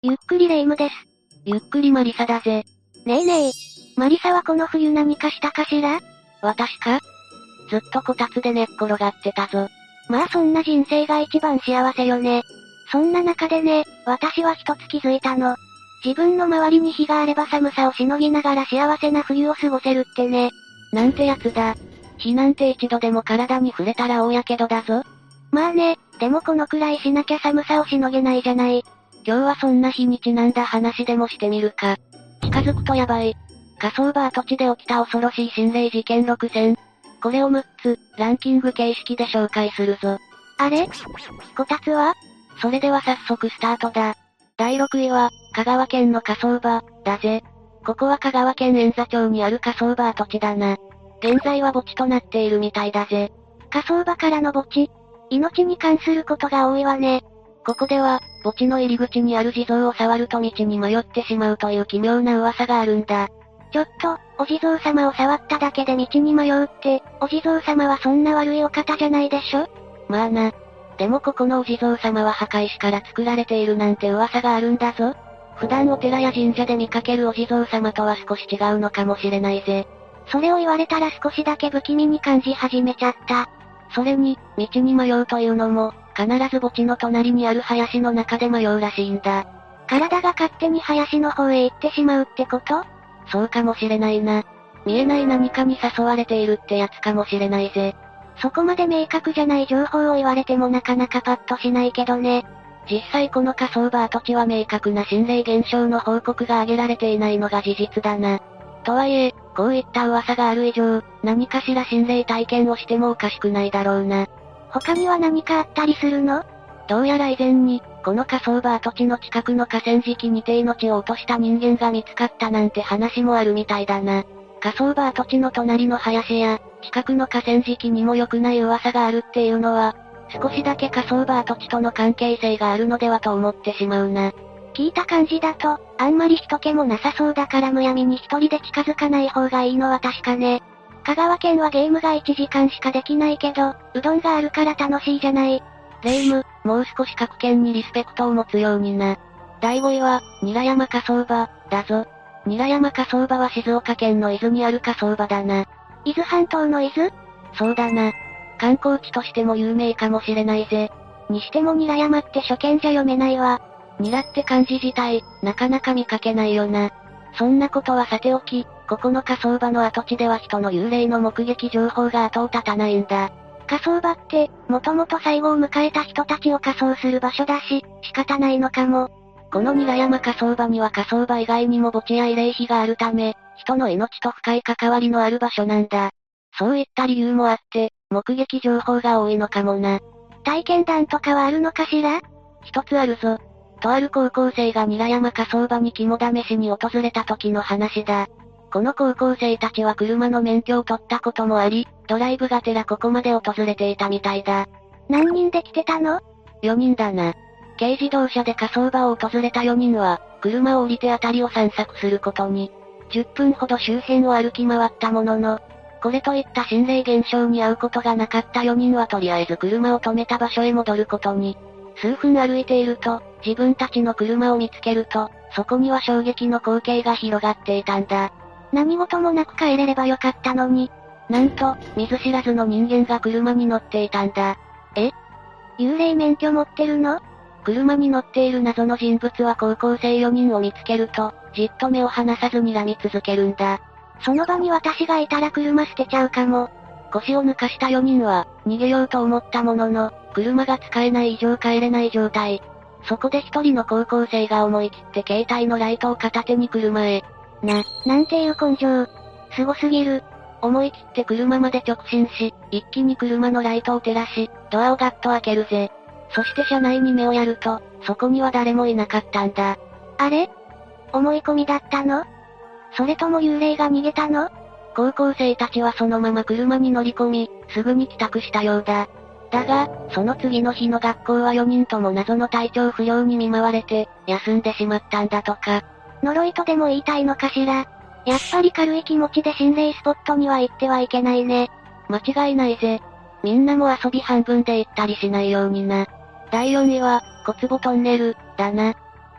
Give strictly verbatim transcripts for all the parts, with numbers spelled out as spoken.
ゆっくりレ夢ムです。 ゆっくりマリサだぜ。 ねえねえ。マリサはこの冬何かしたかしら？ 私か？ずっとこたつで寝っ転がってたぞ。 まあそんな人生が一番幸せよね。そんな中でね、私は一つ気づいたの。自分の周りに火があれば寒さをしのぎながら幸せな冬を過ごせるってね。 なんてやつだ。火なんて一度でも体に触れたら大やけどだぞ。 まあね、でもこのくらいしなきゃ寒さをしのげないじゃない。 今日はそんな日にちなんだ話でもしてみるか。近づくとやばい。火葬場跡地で起きた恐ろしい心霊事件ろくせん。これをむっつ、ランキング形式で紹介するぞ。 あれ？こたつは？ それでは早速スタートだ。だいろくいは、香川県の火葬場、だぜ。ここは香川県円座町にある火葬場跡地だな。現在は墓地となっているみたいだぜ。 火葬場からの墓地。命に関することが多いわね。 ここでは、墓地の入り口にある地蔵を触ると道に迷ってしまうという奇妙な噂があるんだ。 ちょっと、お地蔵様を触っただけで道に迷うって、お地蔵様はそんな悪いお方じゃないでしょ？ まあな。でもここのお地蔵様は墓石から作られているなんて噂があるんだぞ。普段お寺や神社で見かけるお地蔵様とは少し違うのかもしれないぜ。 それを言われたら少しだけ不気味に感じ始めちゃった。 それに、道に迷うというのも、必ず墓地の隣にある林の中で迷うらしいんだ。 体が勝手に林の方へ行ってしまうってこと？ そうかもしれないな。見えない何かに誘われているってやつかもしれないぜ。 そこまで明確じゃない情報を言われてもなかなかパッとしないけどね。 実際この火葬場跡地は明確な心霊現象の報告が挙げられていないのが事実だな。とはいえ、こういった噂がある以上、何かしら心霊体験をしてもおかしくないだろうな。 他には何かあったりするの？ どうやら以前に、この火葬場跡地の近くの河川敷にて命を落とした人間が見つかったなんて話もあるみたいだな。火葬場跡地の隣の林や、近くの河川敷にも良くない噂があるっていうのは、少しだけ火葬場跡地との関係性があるのではと思ってしまうな。 聞いた感じだと、あんまり人気もなさそうだからむやみに一人で近づかない方がいいのは確かね。香川県はゲームがいちじかんしかできないけど、うどんがあるから楽しいじゃない。 レ夢ム、もう少し各県にリスペクトを持つようにな。だいごいは、韮山火葬場、だぞ。韮山火葬場は静岡県の伊豆にある火葬場だな。 伊豆半島の伊豆？ そうだな。観光地としても有名かもしれないぜ。 にしても韮山って初見じゃ読めないわ。 ニラって漢字自体、なかなか見かけないよな。そんなことはさておき、ここの火葬場の跡地では人の幽霊の目撃情報が後を絶たないんだ。 火葬場って、もともと最後を迎えた人たちを火葬する場所だし、仕方ないのかも。 この韮山火葬場には火葬場以外にも墓地や慰霊碑があるため、人の命と深い関わりのある場所なんだ。そういった理由もあって、目撃情報が多いのかもな。 体験談とかはあるのかしら？ 一つあるぞ。とある高校生が韮山火葬場に肝試しに訪れた時の話だ。この高校生たちは車の免許を取ったこともあり、ドライブがてらここまで訪れていたみたいだ。 何人で来てたの？ よにんだな。軽自動車で火葬場を訪れたよにんは、車を降りて辺りを散策することに、じゅっぷんほど周辺を歩き回ったものの、これといった心霊現象に遭うことがなかったよにんはとりあえず車を止めた場所へ戻ることに。数分歩いていると、自分たちの車を見つけると、そこには衝撃の光景が広がっていたんだ。 何事もなく帰れればよかったのに。 なんと、見ず知らずの人間が車に乗っていたんだ。 え？幽霊免許持ってるの？ 車に乗っている謎の人物は高校生よにんを見つけると、じっと目を離さず睨み続けるんだ。 その場に私がいたら車捨てちゃうかも。 腰を抜かしたよにんは、逃げようと思ったものの、車が使えない以上帰れない状態。そこで一人の高校生が思い切って携帯のライトを片手に車へ。 な、なんていう根性。すごすぎる。 思い切って車まで直進し、一気に車のライトを照らし、ドアをガッと開けるぜ。そして車内に目をやると、そこには誰もいなかったんだ。 あれ？思い込みだったの？それとも幽霊が逃げたの？ 高校生たちはそのまま車に乗り込み、すぐに帰宅したようだ。だが、その次の日の学校はよにんとも謎の体調不良に見舞われて、休んでしまったんだとか。 呪いとでも言いたいのかしら。やっぱり軽い気持ちで心霊スポットには行ってはいけないね。 間違いないぜ。みんなも遊び半分で行ったりしないようにな。だいよんいは、小坪トンネル、だな。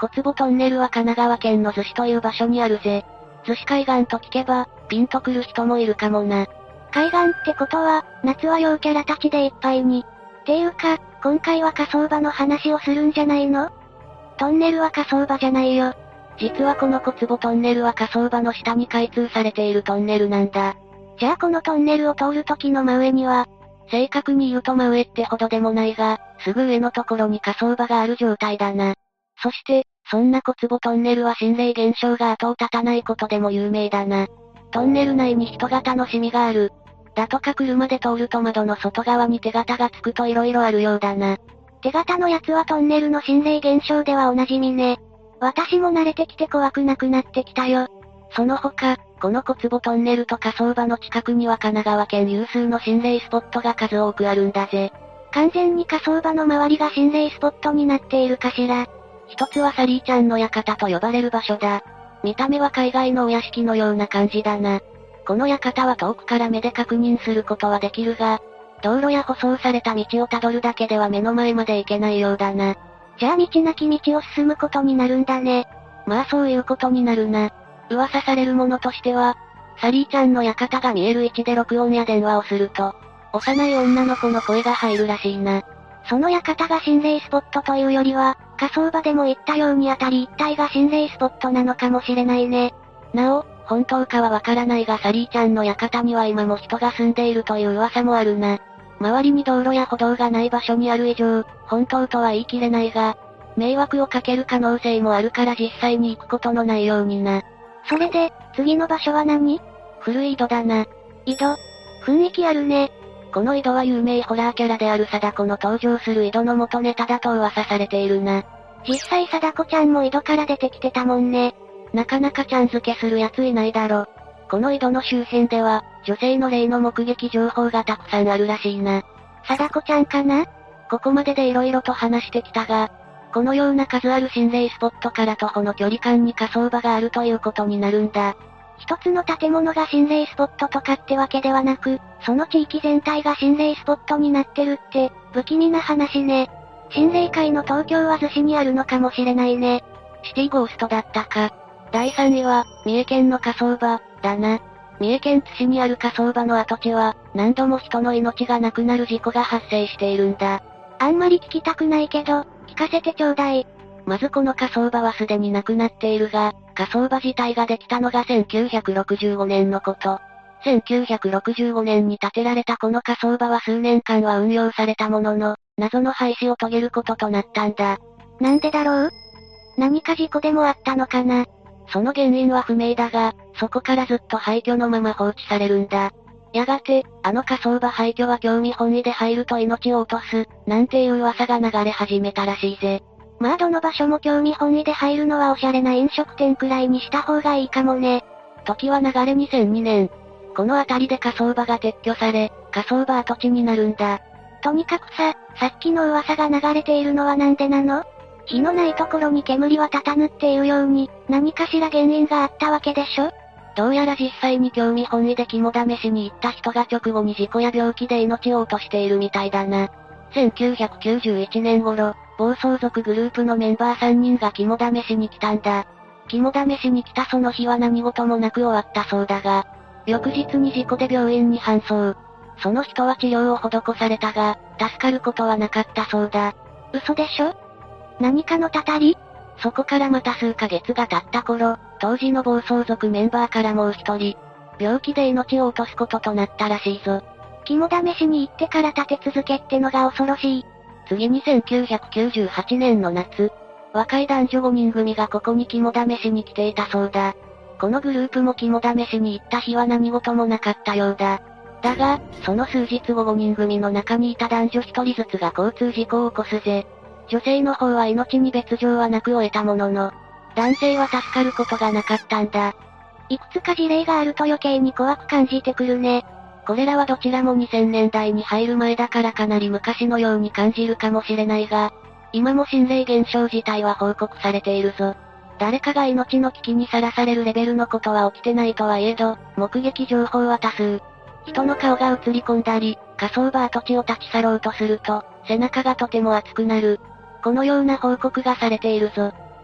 小坪トンネルは神奈川県の逗子という場所にあるぜ。逗子海岸と聞けば、ピンとくる人もいるかもな。 海岸ってことは、夏は陽キャラたちでいっぱいに。っていうか、今回は火葬場の話をするんじゃないの？トンネルは火葬場じゃないよ。 実はこの小坪トンネルは火葬場の下に開通されているトンネルなんだ。 じゃあこのトンネルを通る時の真上には、 正確に言うと真上ってほどでもないが、すぐ上のところに火葬場がある状態だな。そして、そんな小坪トンネルは心霊現象が後を絶たないことでも有名だな。トンネル内に人が楽しみがある。だとか車で通ると窓の外側に手形がつくと色々あるようだな。 手形のやつはトンネルの心霊現象ではおなじみね。私も慣れてきて怖くなくなってきたよ。 その他、この小坪トンネルと火葬場の近くには神奈川県有数の心霊スポットが数多くあるんだぜ。 完全に火葬場の周りが心霊スポットになっているかしら。 一つはサリーちゃんの館と呼ばれる場所だ。見た目は海外のお屋敷のような感じだな。この館は遠くから目で確認することはできるが、道路や舗装された道をたどるだけでは目の前まで行けないようだな。 じゃあ道なき道を進むことになるんだね。 まあそういうことになるな。噂されるものとしては、サリーちゃんの館が見える位置で録音や電話をすると、幼い女の子の声が入るらしいな。 その館が心霊スポットというよりは、火葬場でも言ったようにあたり一帯が心霊スポットなのかもしれないね。 なお、本当かはわからないがサリーちゃんの館には今も人が住んでいるという噂もあるな。周りに道路や歩道がない場所にある以上、本当とは言い切れないが、迷惑をかける可能性もあるから実際に行くことのないようにな。 それで、次の場所は何？ 古い井戸だな。 井戸？雰囲気あるね。 この井戸は有名ホラーキャラである貞子の登場する井戸の元ネタだと噂されているな。 実際貞子ちゃんも井戸から出てきてたもんね。 なかなかちゃん付けするやついないだろ。この井戸の周辺では、女性の霊の目撃情報がたくさんあるらしいな。 貞子ちゃんかな？ ここまでで色々と話してきたが、このような数ある心霊スポットから徒歩の距離感に火葬場があるということになるんだ。 一つの建物が心霊スポットとかってわけではなく、その地域全体が心霊スポットになってるって、不気味な話ね。心霊界の東京は逗子にあるのかもしれないね。 シティゴーストだったか。だいさんいは、三重県の火葬場、だな。三重県津市にある火葬場の跡地は、何度も人の命がなくなる事故が発生しているんだ。 あんまり聞きたくないけど、聞かせてちょうだい。 まずこの火葬場はすでになくなっているが、火葬場自体ができたのがせんきゅうひゃくろくじゅうごねんのこと。せんきゅうひゃくろくじゅうごねんに建てられたこの火葬場は数年間は運用されたものの、謎の廃止を遂げることとなったんだ。 なんでだろう？何か事故でもあったのかな？ その原因は不明だが、そこからずっと廃墟のまま放置されるんだ。やがて、あの火葬場廃墟は興味本位で入ると命を落とす、なんていう噂が流れ始めたらしいぜ。 まあどの場所も興味本位で入るのはおしゃれな飲食店くらいにした方がいいかもね。 時は流れにせんにねん。この辺りで火葬場が撤去され、火葬場跡地になるんだ。 とにかくさ、さっきの噂が流れているのはなんでなの？火のないところに煙は立たぬっていうように、何かしら原因があったわけでしょ？ どうやら実際に興味本位で肝試しに行った人が直後に事故や病気で命を落としているみたいだな。せんきゅうひゃくきゅうじゅういちねん頃、暴走族グループのメンバーさんにんが肝試しに来たんだ。肝試しに来たその日は何事もなく終わったそうだが、翌日に事故で病院に搬送。その人は治療を施されたが、助かることはなかったそうだ。 嘘でしょ？何かのたたり？ そこからまた数ヶ月が経った頃、当時の暴走族メンバーからもう一人、病気で命を落とすこととなったらしいぞ。 肝試しに行ってから立て続けってのが恐ろしい。 次にせんきゅうひゃくきゅうじゅうはちねんの夏、若い男女ごにん組がここに肝試しに来ていたそうだ。このグループも肝試しに行った日は何事もなかったようだ。だが、その数日後ごにん組の中にいた男女ひとりずつが交通事故を起こすぜ。女性の方は命に別状はなく終えたものの、男性は助かることがなかったんだ。 いくつか事例があると余計に怖く感じてくるね。 これらはどちらもにせんねんだいに入る前だからかなり昔のように感じるかもしれないが、今も心霊現象自体は報告されているぞ。誰かが命の危機にさらされるレベルのことは起きてないとはいえど、目撃情報は多数。人の顔が映り込んだり、火葬場跡地を立ち去ろうとすると、背中がとても熱くなる。このような報告がされているぞ。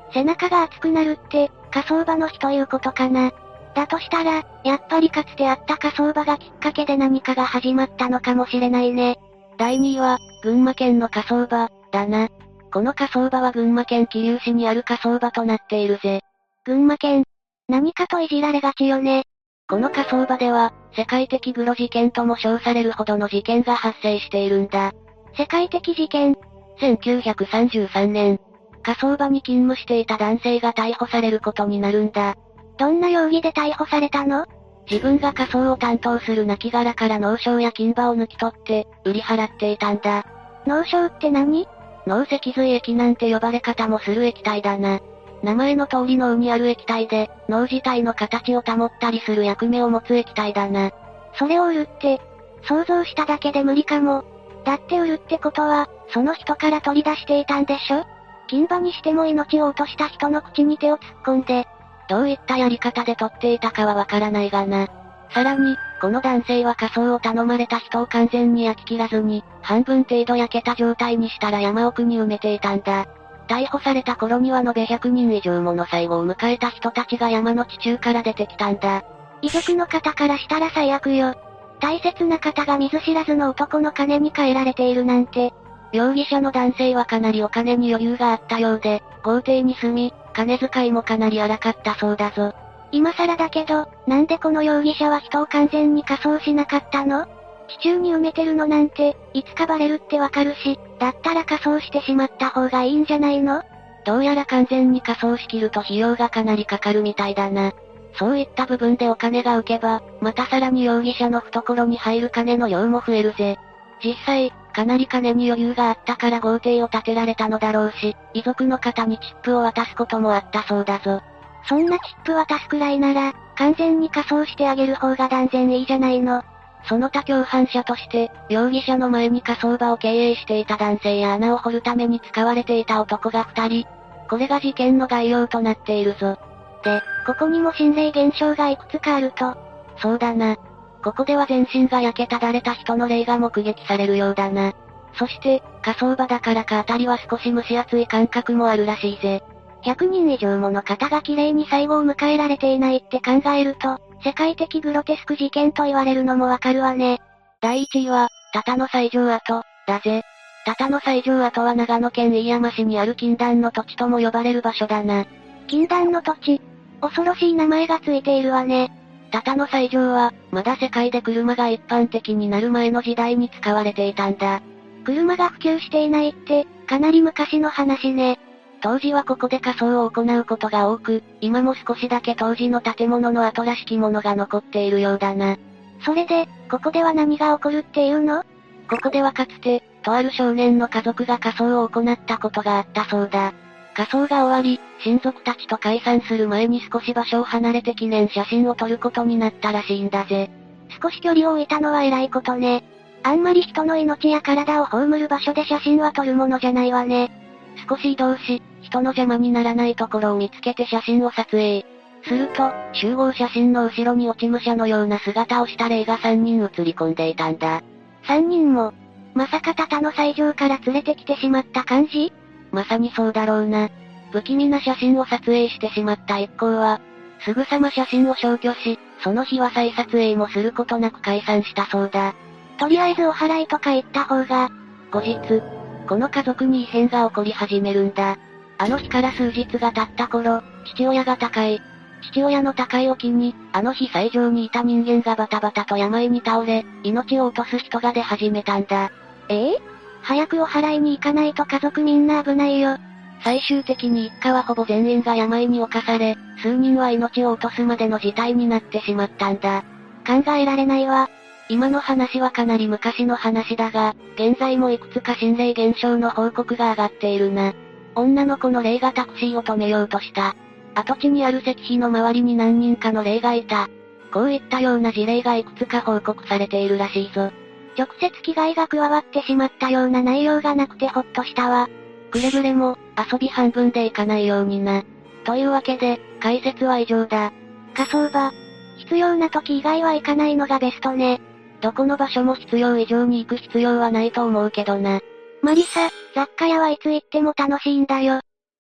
背中が熱くなるって、火葬場の日ということかな。だとしたら、やっぱりかつてあった火葬場がきっかけで何かが始まったのかもしれないね。 だいにいは、群馬県の火葬場、だな。この火葬場は群馬県桐生市にある火葬場となっているぜ。 群馬県。何かといじられがちよね。 この火葬場では、世界的グロ事件とも称されるほどの事件が発生しているんだ。 世界的事件。 せんきゅうひゃくさんじゅうさんねん、火葬場に勤務していた男性が逮捕されることになるんだ。 どんな容疑で逮捕されたの？ 自分が火葬を担当する亡骸から脳症や金歯を抜き取って、売り払っていたんだ。 脳症って何？ 脳脊髄液なんて呼ばれ方もする液体だな。名前の通り脳にある液体で、脳自体の形を保ったりする役目を持つ液体だな。 それを売るって、想像しただけで無理かも。だって売るってことは、その人から取り出していたんでしょ？金歯にしても命を落とした人の口に手を突っ込んで、 どういったやり方で取っていたかはわからないがな。さらに、この男性は火葬を頼まれた人を完全に焼き切らずに、半分程度焼けた状態にしたら山奥に埋めていたんだ。逮捕された頃には延べひゃくにん以上もの最後を迎えた人たちが山の地中から出てきたんだ。 遺族の方からしたら最悪よ。大切な方が見ず知らずの男の金に換えられているなんて。 容疑者の男性はかなりお金に余裕があったようで、豪邸に住み、金遣いもかなり荒かったそうだぞ。 今更だけど、なんでこの容疑者は人を完全に火葬しなかったの？地中に埋めてるのなんて、いつかバレるってわかるし、だったら火葬してしまった方がいいんじゃないの？ どうやら完全に火葬しきると費用がかなりかかるみたいだな。そういった部分でお金が浮けば、またさらに容疑者の懐に入る金の量も増えるぜ。実際、かなり金に余裕があったから豪邸を建てられたのだろうし、遺族の方にチップを渡すこともあったそうだぞ。 そんなチップ渡すくらいなら、完全に火葬してあげる方が断然いいじゃないの。 その他共犯者として、容疑者の前に火葬場を経営していた男性や穴を掘るために使われていた男が二人。これが事件の概要となっているぞ。 で、ここにも心霊現象がいくつかあると。 そうだな。ここでは全身が焼けただれた人の霊が目撃されるようだな。そして、火葬場だからか辺りは少し蒸し暑い感覚もあるらしいぜ。 ひゃくにん以上もの方が綺麗に最後を迎えられていないって考えると、世界的グロテスク事件と言われるのもわかるわね。 だいいちいは、タタの最上跡、だぜ。タタの最上跡は長野県飯山市にある禁断の土地とも呼ばれる場所だな。 禁断の土地。恐ろしい名前がついているわね。 タタの最上は、まだ世界で車が一般的になる前の時代に使われていたんだ。 車が普及していないって、かなり昔の話ね。 当時はここで火葬を行うことが多く、今も少しだけ当時の建物の跡らしきものが残っているようだな。 それで、ここでは何が起こるっていうの？ ここではかつて、とある少年の家族が火葬を行ったことがあったそうだ。火葬が終わり、親族たちと解散する前に少し場所を離れて記念写真を撮ることになったらしいんだぜ。 少し距離を置いたのは偉いことね。あんまり人の命や体を葬る場所で写真は撮るものじゃないわね。 少し移動し、人の邪魔にならないところを見つけて写真を撮影。すると、集合写真の後ろに落ち武者のような姿をした霊がさんにん写り込んでいたんだ。 さんにんも、まさかタタの最上から連れてきてしまった感じ？ まさにそうだろうな。不気味な写真を撮影してしまった一行は、すぐさま写真を消去し、その日は再撮影もすることなく解散したそうだ。 とりあえずお祓いとか言った方が。 後日、この家族に異変が起こり始めるんだ。あの日から数日が経った頃、父親が他界。父親の他界を機に、あの日最上にいた人間がバタバタと病に倒れ、命を落とす人が出始めたんだ。 ええ？早くお祓いに行かないと家族みんな危ないよ。 最終的に一家はほぼ全員が病に侵され、数人は命を落とすまでの事態になってしまったんだ。 考えられないわ。 今の話はかなり昔の話だが、現在もいくつか心霊現象の報告が上がっているな。女の子の霊がタクシーを止めようとした。跡地にある石碑の周りに何人かの霊がいた。こういったような事例がいくつか報告されているらしいぞ。 直接危害が加わってしまったような内容がなくてほっとしたわ。 くれぐれも、遊び半分でいかないようにな。というわけで、解説は以上だ。 火葬場。必要な時以外は行かないのがベストね。 どこの場所も必要以上に行く必要はないと思うけどな。 マリサ、雑貨屋はいつ行っても楽しいんだよ。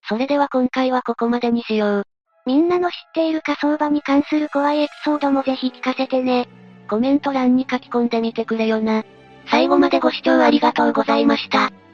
それでは今回はここまでにしよう。 みんなの知っている火葬場に関する怖いエピソードもぜひ聞かせてね。 コメント欄に書き込んでみてくれよな。最後までご視聴ありがとうございました。